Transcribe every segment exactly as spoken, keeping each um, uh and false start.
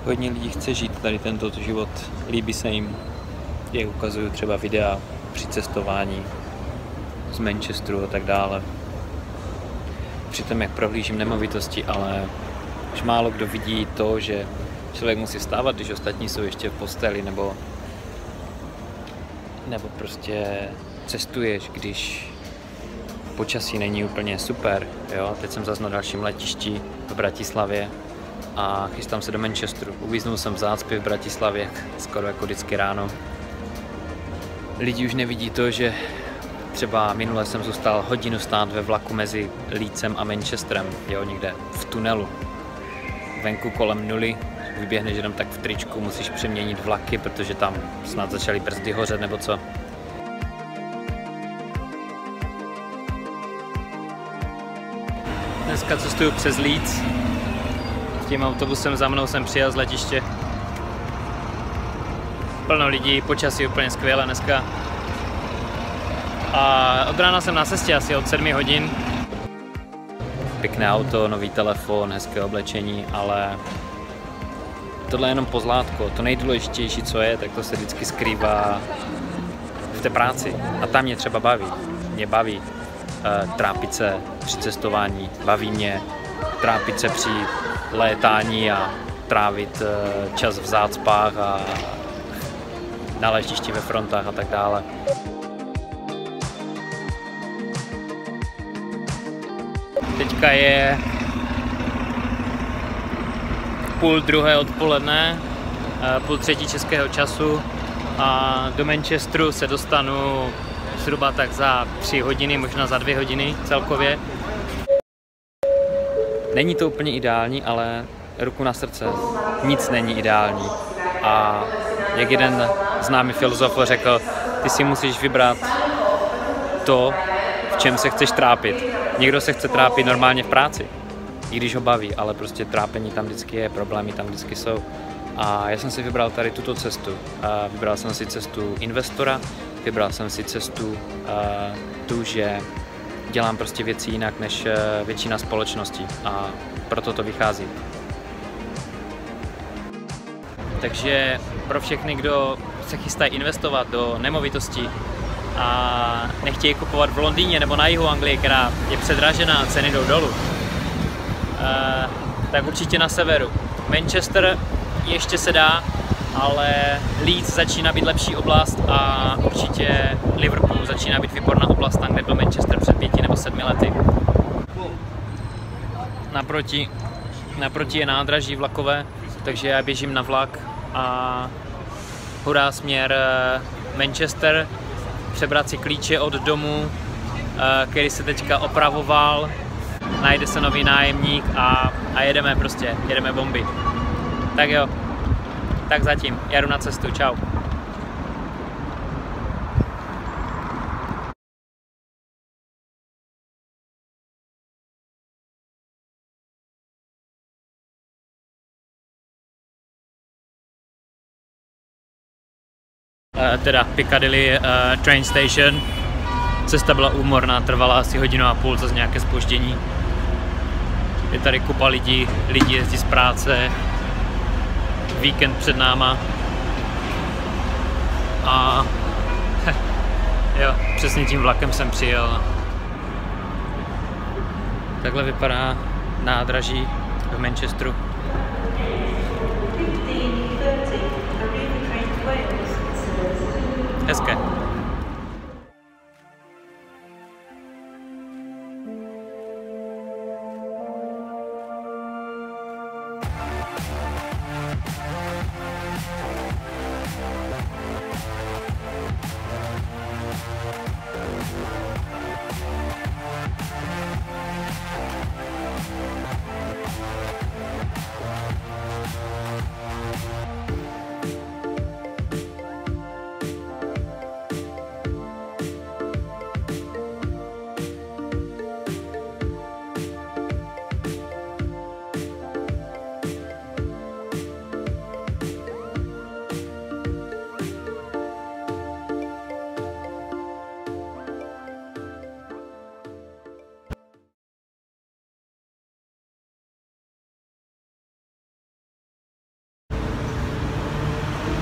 Hodně lidí chce žít tady tento život, líbí se jim, jak ukazuju třeba videa při cestování z Manchesteru a tak dále. Přitom jak prohlížím nemovitosti, ale už málo kdo vidí to, že člověk musí vstávat, když ostatní jsou ještě v posteli, nebo, nebo prostě cestuješ, když počasí není úplně super. Jo? Teď jsem zase na dalším letišti v Bratislavě a chystám se do Manchesteru. Uvíznul jsem v zácpě v Bratislavě, skoro jako vždycky ráno. Lidi už nevidí to, že třeba minule jsem zůstal hodinu stát ve vlaku mezi Leedsem a Manchesterem, jo, někde v tunelu. Venku kolem nuly, vyběhneš jenom tak v tričku, musíš přeměnit vlaky, protože tam snad začaly brzdy hořet nebo co. Dneska cestuju přes Leeds. Tím autobusem za mnou jsem přijel z letiště. Plno lidí, počasí úplně skvěle dneska. A od rána jsem na cestě asi od sedmi hodin. Pěkné auto, nový telefon, hezké oblečení, ale tohle je jenom pozlátko. To nejdůležitější, co je, tak to se vždycky skrývá v té práci. A tam mě třeba baví. Mě baví uh, trápit se při cestování, baví mě trápit se při létání a trávit uh, čas v zácpách a na letišti ve frontách a tak dále. Teďka je půl druhé odpoledne, půl třetí českého času a do Manchesteru se dostanu zhruba tak za tři hodiny, možná za dvě hodiny celkově. Není to úplně ideální, ale ruku na srdce, nic není ideální. A jak jeden známý filozof řekl, ty si musíš vybrat to, v čem se chceš trápit. Někdo se chce trápit normálně v práci, i když ho baví, ale prostě trápení tam vždycky je, problémy tam vždycky jsou. A já jsem si vybral tady tuto cestu. A vybral jsem si cestu investora, vybral jsem si cestu tu, že dělám prostě věci jinak než většina společnosti a proto to vychází. Takže pro všechny, kdo se chystají investovat do nemovitostí a nechtějí kupovat v Londýně nebo na jihu Anglie, která je předražená a ceny jdou dolů, tak určitě na severu. Manchester ještě se dá, ale Leeds začíná být lepší oblast a určitě Liverpool začíná být výborná oblast, tam, kde byl Manchester před pěti nebo sedmi lety. Naproti, naproti je nádraží vlakové, takže já běžím na vlak a hurá směr Manchester, přebrat si klíče od domu, který se teďka opravoval, najde se nový nájemník a, a jedeme prostě, jedeme bomby. Tak jo, tak zatím, já jdu na cestu, čau. Uh, teda Piccadilly uh, train station. Cesta byla úmorná, trvala asi hodinu a půl, zase nějaké zpoždění. Je tady kupa lidí, lidi jezdí z práce, víkend před náma. A jo, přesně tím vlakem jsem přijel. Takhle vypadá nádraží v Manchesteru. Hezké.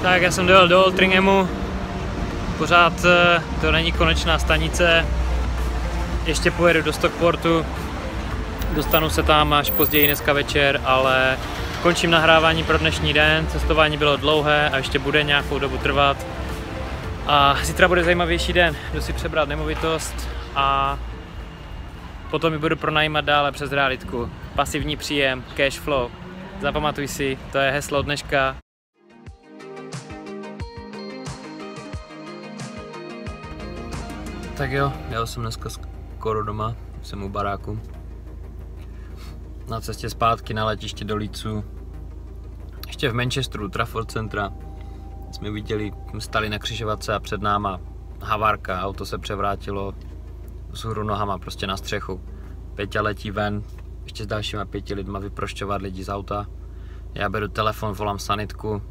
Tak já jsem dojel do Altringhamu, pořád to není konečná stanice, ještě pojedu do Stockportu, dostanu se tam až později dneska večer, ale končím nahrávání pro dnešní den, cestování bylo dlouhé a ještě bude nějakou dobu trvat. A zítra bude zajímavější den, jdu si přebrat nemovitost a potom ji budu pronajímat dále přes realitku. Pasivní příjem, cash flow, zapamatuj si, to je heslo dneška. Tak jo, já jsem dneska skoro doma, jsem u baráku. Na cestě zpátky na letiště do Leedsu. Ještě v Manchesteru, Trafford Centra, jsme viděli, stali na křižovatce a před náma havárka, auto se převrátilo vzhůru nohama prostě na střechu. Peťa letí ven, ještě s dalšíma pěti lidma vyprošťovat lidi z auta. Já beru telefon, volám sanitku.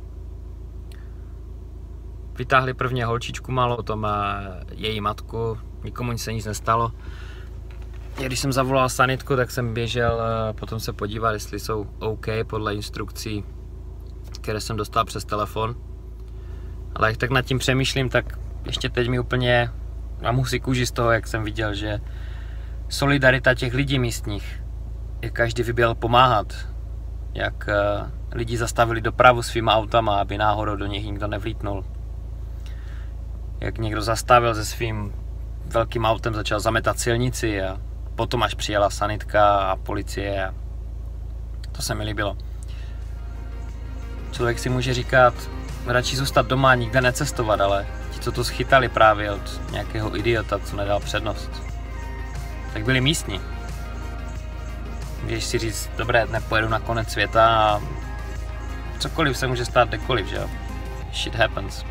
Vytáhli prvně holčičku malou, potom její matku, nikomu se nic nestalo. Já když jsem zavolal sanitku, tak jsem běžel potom se podívat, jestli jsou OK podle instrukcí, které jsem dostal přes telefon. Ale jak tak nad tím přemýšlím, tak ještě teď mi úplně mám husí kůži z toho, jak jsem viděl, že solidarita těch lidí místních, jak každý vyběl pomáhat, jak lidi zastavili dopravu svýma autama, aby náhodou do nich nikdo nevlítnul. Jak někdo zastavil se svým velkým autem, začal zametat silnici a potom až přijela sanitka a policie a to se mi líbilo. Člověk si může říkat, radši zůstat doma a nikde necestovat, ale ti, co to schytali právě od nějakého idiota, co nedal přednost, tak byli místní. Můžeš si říct, dobré, nepojedu na konec světa a cokoliv se může stát kdekoliv, že jo? Shit happens.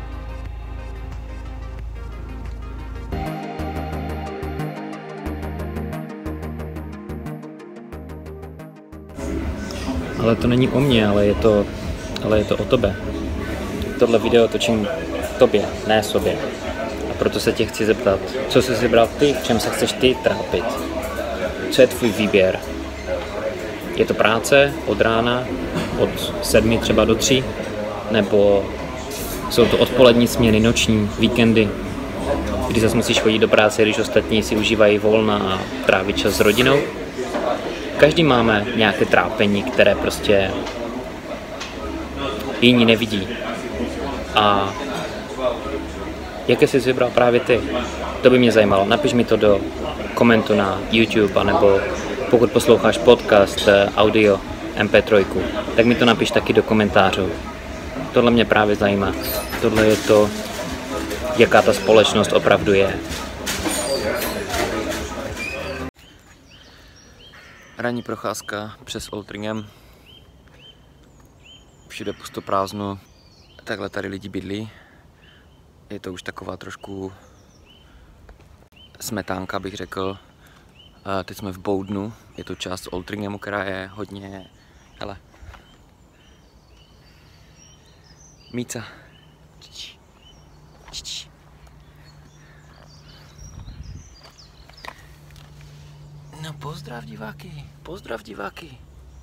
Ale to není o mně, ale je to, ale je to o tobě. Tohle video točím tobě, ne sobě. A proto se tě chci zeptat, co jsi vybral ty, v čem se chceš ty trápit? Co je tvůj výběr? Je to práce od rána, od sedmi třeba do tří? Nebo jsou to odpolední směny, noční, víkendy, kdy zase musíš chodit do práce, když ostatní si užívají volna a trávit čas s rodinou? Každý máme nějaké trápení, které prostě jiní nevidí. A jaké jsi vybral právě ty? To by mě zajímalo. Napiš mi to do komentu na YouTube, anebo pokud posloucháš podcast, audio, em pé tři, tak mi to napiš taky do komentářů. Tohle mě právě zajímá. Tohle je to, jaká ta společnost opravdu je. Ranní procházka přes Altringham. Všude pusto prázdno. Takhle tady lidi bydlí. Je to už taková trošku smetánka, bych řekl. A teď jsme v Bowdenu. Je to část Altringhamu, která je hodně... Hele. Míca. No pozdrav diváky, pozdrav diváky.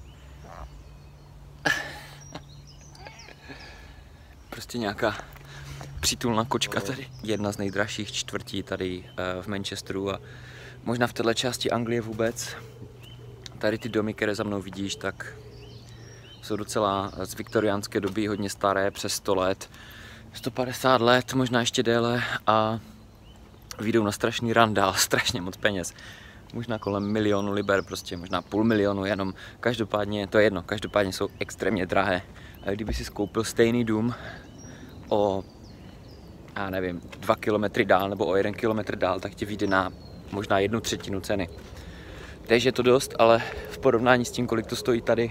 Prostě nějaká přítulná kočka tady. Jedna z nejdražších čtvrtí tady v Manchesteru a možná v této části Anglie vůbec. Tady ty domy, které za mnou vidíš, tak jsou docela z viktoriánské doby, hodně staré, přes sto let. sto padesát let, možná ještě déle a vyjdou na strašný randál, strašně moc peněz. Možná kolem milionu liber, prostě možná půl milionu, jenom každopádně, to je jedno, každopádně jsou extrémně drahé. A kdyby si koupil stejný dům o, já nevím, dva kilometry dál nebo o jeden kilometr dál, tak ti vyjde na možná jednu třetinu ceny. Takže je to dost, ale v porovnání s tím, kolik to stojí tady,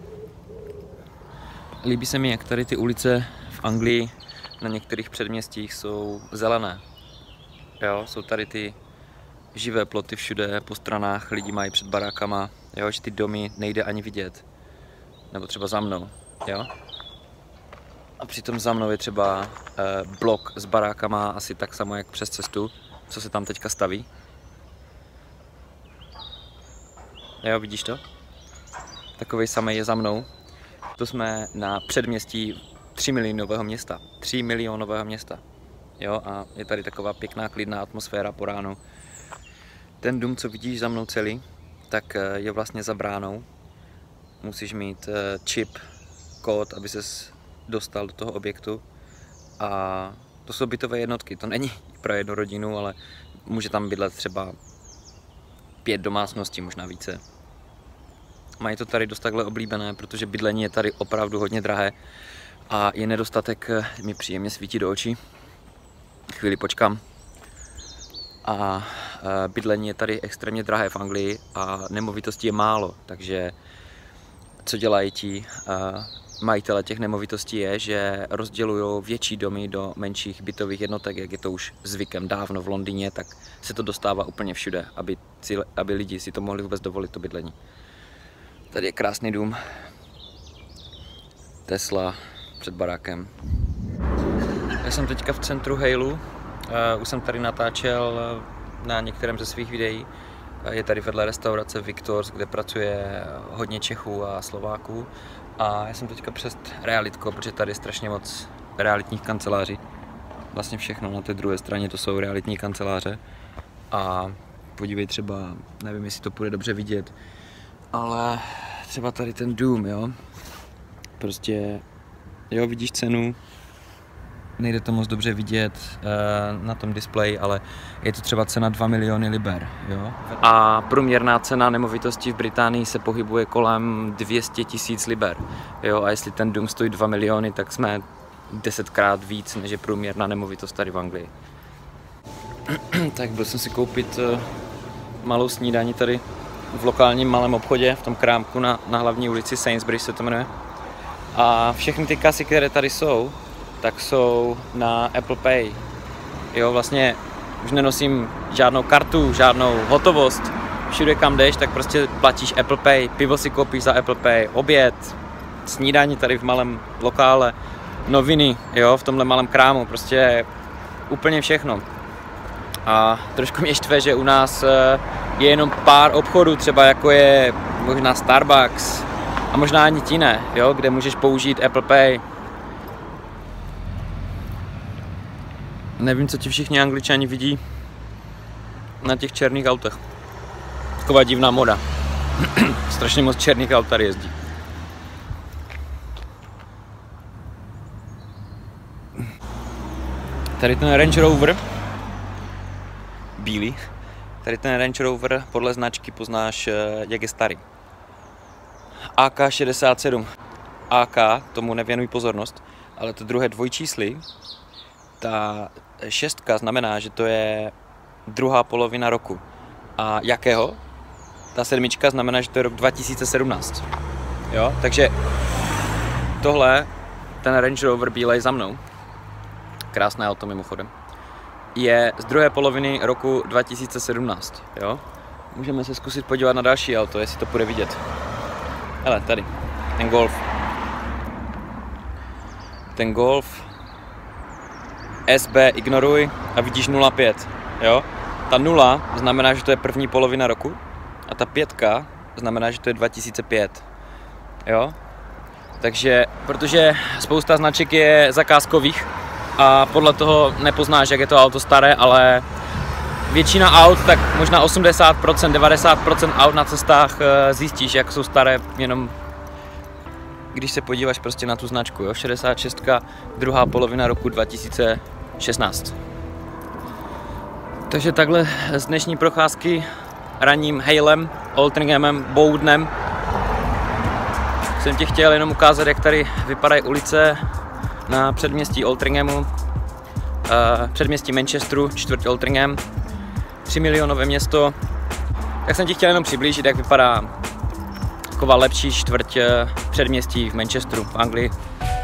líbí se mi, jak tady ty ulice v Anglii na některých předměstích jsou zelené. Jo, jsou tady ty živé ploty všude, po stranách lidi mají před barákama, jo, že ty domy nejde ani vidět. Nebo třeba za mnou, jo. A přitom za mnou je třeba eh, blok s barákama asi tak samo jak přes cestu, co se tam teďka staví. Jo, vidíš to? Takovej samej je za mnou. To jsme na předměstí tři milionového města. tři milionového města. Jo, a je tady taková pěkná, klidná atmosféra po ránu. Ten dům, co vidíš za mnou celý, tak je vlastně za bránou. Musíš mít čip, kód, aby ses dostal do toho objektu. A to jsou bytové jednotky, to není pro jednu rodinu, ale může tam bydlet třeba pět domácností, možná více. Mají to tady dost takhle oblíbené, protože bydlení je tady opravdu hodně drahé a je nedostatek, mi příjemně svítí do očí. Chvíli počkám. A bydlení je tady extrémně drahé v Anglii a nemovitostí je málo, takže co dělají ti majitele těch nemovitostí je, že rozdělují větší domy do menších bytových jednotek, jak je to už zvykem dávno v Londýně, tak se to dostává úplně všude, aby, si, aby lidi si to mohli vůbec dovolit, to bydlení. Tady je krásný dům. Tesla před barákem. Já jsem teďka v centru Haleu. Uh, už jsem tady natáčel na některém ze svých videí. Uh, je tady vedle restaurace Victor's, kde pracuje hodně Čechů a Slováků. A já jsem teďka přes realitko, protože tady je strašně moc realitních kanceláří. Vlastně všechno na té druhé straně to jsou realitní kanceláře. A podívej třeba, nevím, jestli to půjde dobře vidět, ale třeba tady ten dům, jo. Prostě, jo, vidíš cenu. Nejde to moc dobře vidět uh, na tom displeji, ale je to třeba cena dva miliony liber, jo. A průměrná cena nemovitosti v Británii se pohybuje kolem dvě stě tisíc liber, jo. A jestli ten dům stojí dva miliony, tak jsme desetkrát víc, než je průměrná nemovitost tady v Anglii. Tak byl jsem si koupit uh, malou snídani tady v lokálním malém obchodě, v tom krámku na, na hlavní ulici, Sainsbury se to jmenuje. A všechny ty kasy, které tady jsou, tak jsou na Apple Pay. Jo, vlastně už nenosím žádnou kartu, žádnou hotovost. Všude kam jdeš, tak prostě platíš Apple Pay, pivo si koupíš za Apple Pay, oběd, snídani tady v malém lokále, noviny, jo, v tomhle malém krámu, prostě úplně všechno. A trošku mě štve, že u nás je jenom pár obchodů, třeba jako je možná Starbucks a možná ani ti ne, jo, kde můžeš použít Apple Pay. Nevím, co ti všichni Angličani vidí na těch černých autech. Taková divná moda. Strašně moc černých aut tady jezdí. Tady ten Range Rover, bílý, tady ten Range Rover podle značky poznáš, jak je starý. A K šedesát sedm. A K, tomu nevěnuj pozornost, ale to druhé dvojčísly, ta šestka znamená, že to je druhá polovina roku. A jakého? Ta sedmička znamená, že to je rok dva tisíce sedmnáct. Jo, takže tohle, ten Range Rover bílej za mnou, krásné auto mimochodem, je z druhé poloviny roku dva tisíce sedmnáct. Jo? Můžeme se zkusit podívat na další auto, jestli to půjde vidět. Hele, tady, ten Golf. Ten Golf S B ignoruj a vidíš nula pět, jo? Ta nula znamená, že to je první polovina roku a ta pětka znamená, že to je dva tisíce pět, jo? Takže, protože spousta značek je zakázkových a podle toho nepoznáš, jak je to auto staré, ale většina aut, tak možná osmdesát procent, devadesát procent aut na cestách zjistíš, jak jsou staré, jenom když se podíváš prostě na tu značku, jo? šedesát šest, druhá polovina roku dva tisíce šestnáct. Takže takhle z dnešní procházky ranním Halem, Altringhamem, Bowdenem jsem ti chtěl jenom ukázat, jak tady vypadají ulice na předměstí Altringhamu, uh, předměstí Manchesteru, čtvrť Altringham, tři milionové město. Tak jsem ti chtěl jenom přiblížit, jak vypadá taková lepší čtvrť předměstí v Manchesteru v Anglii.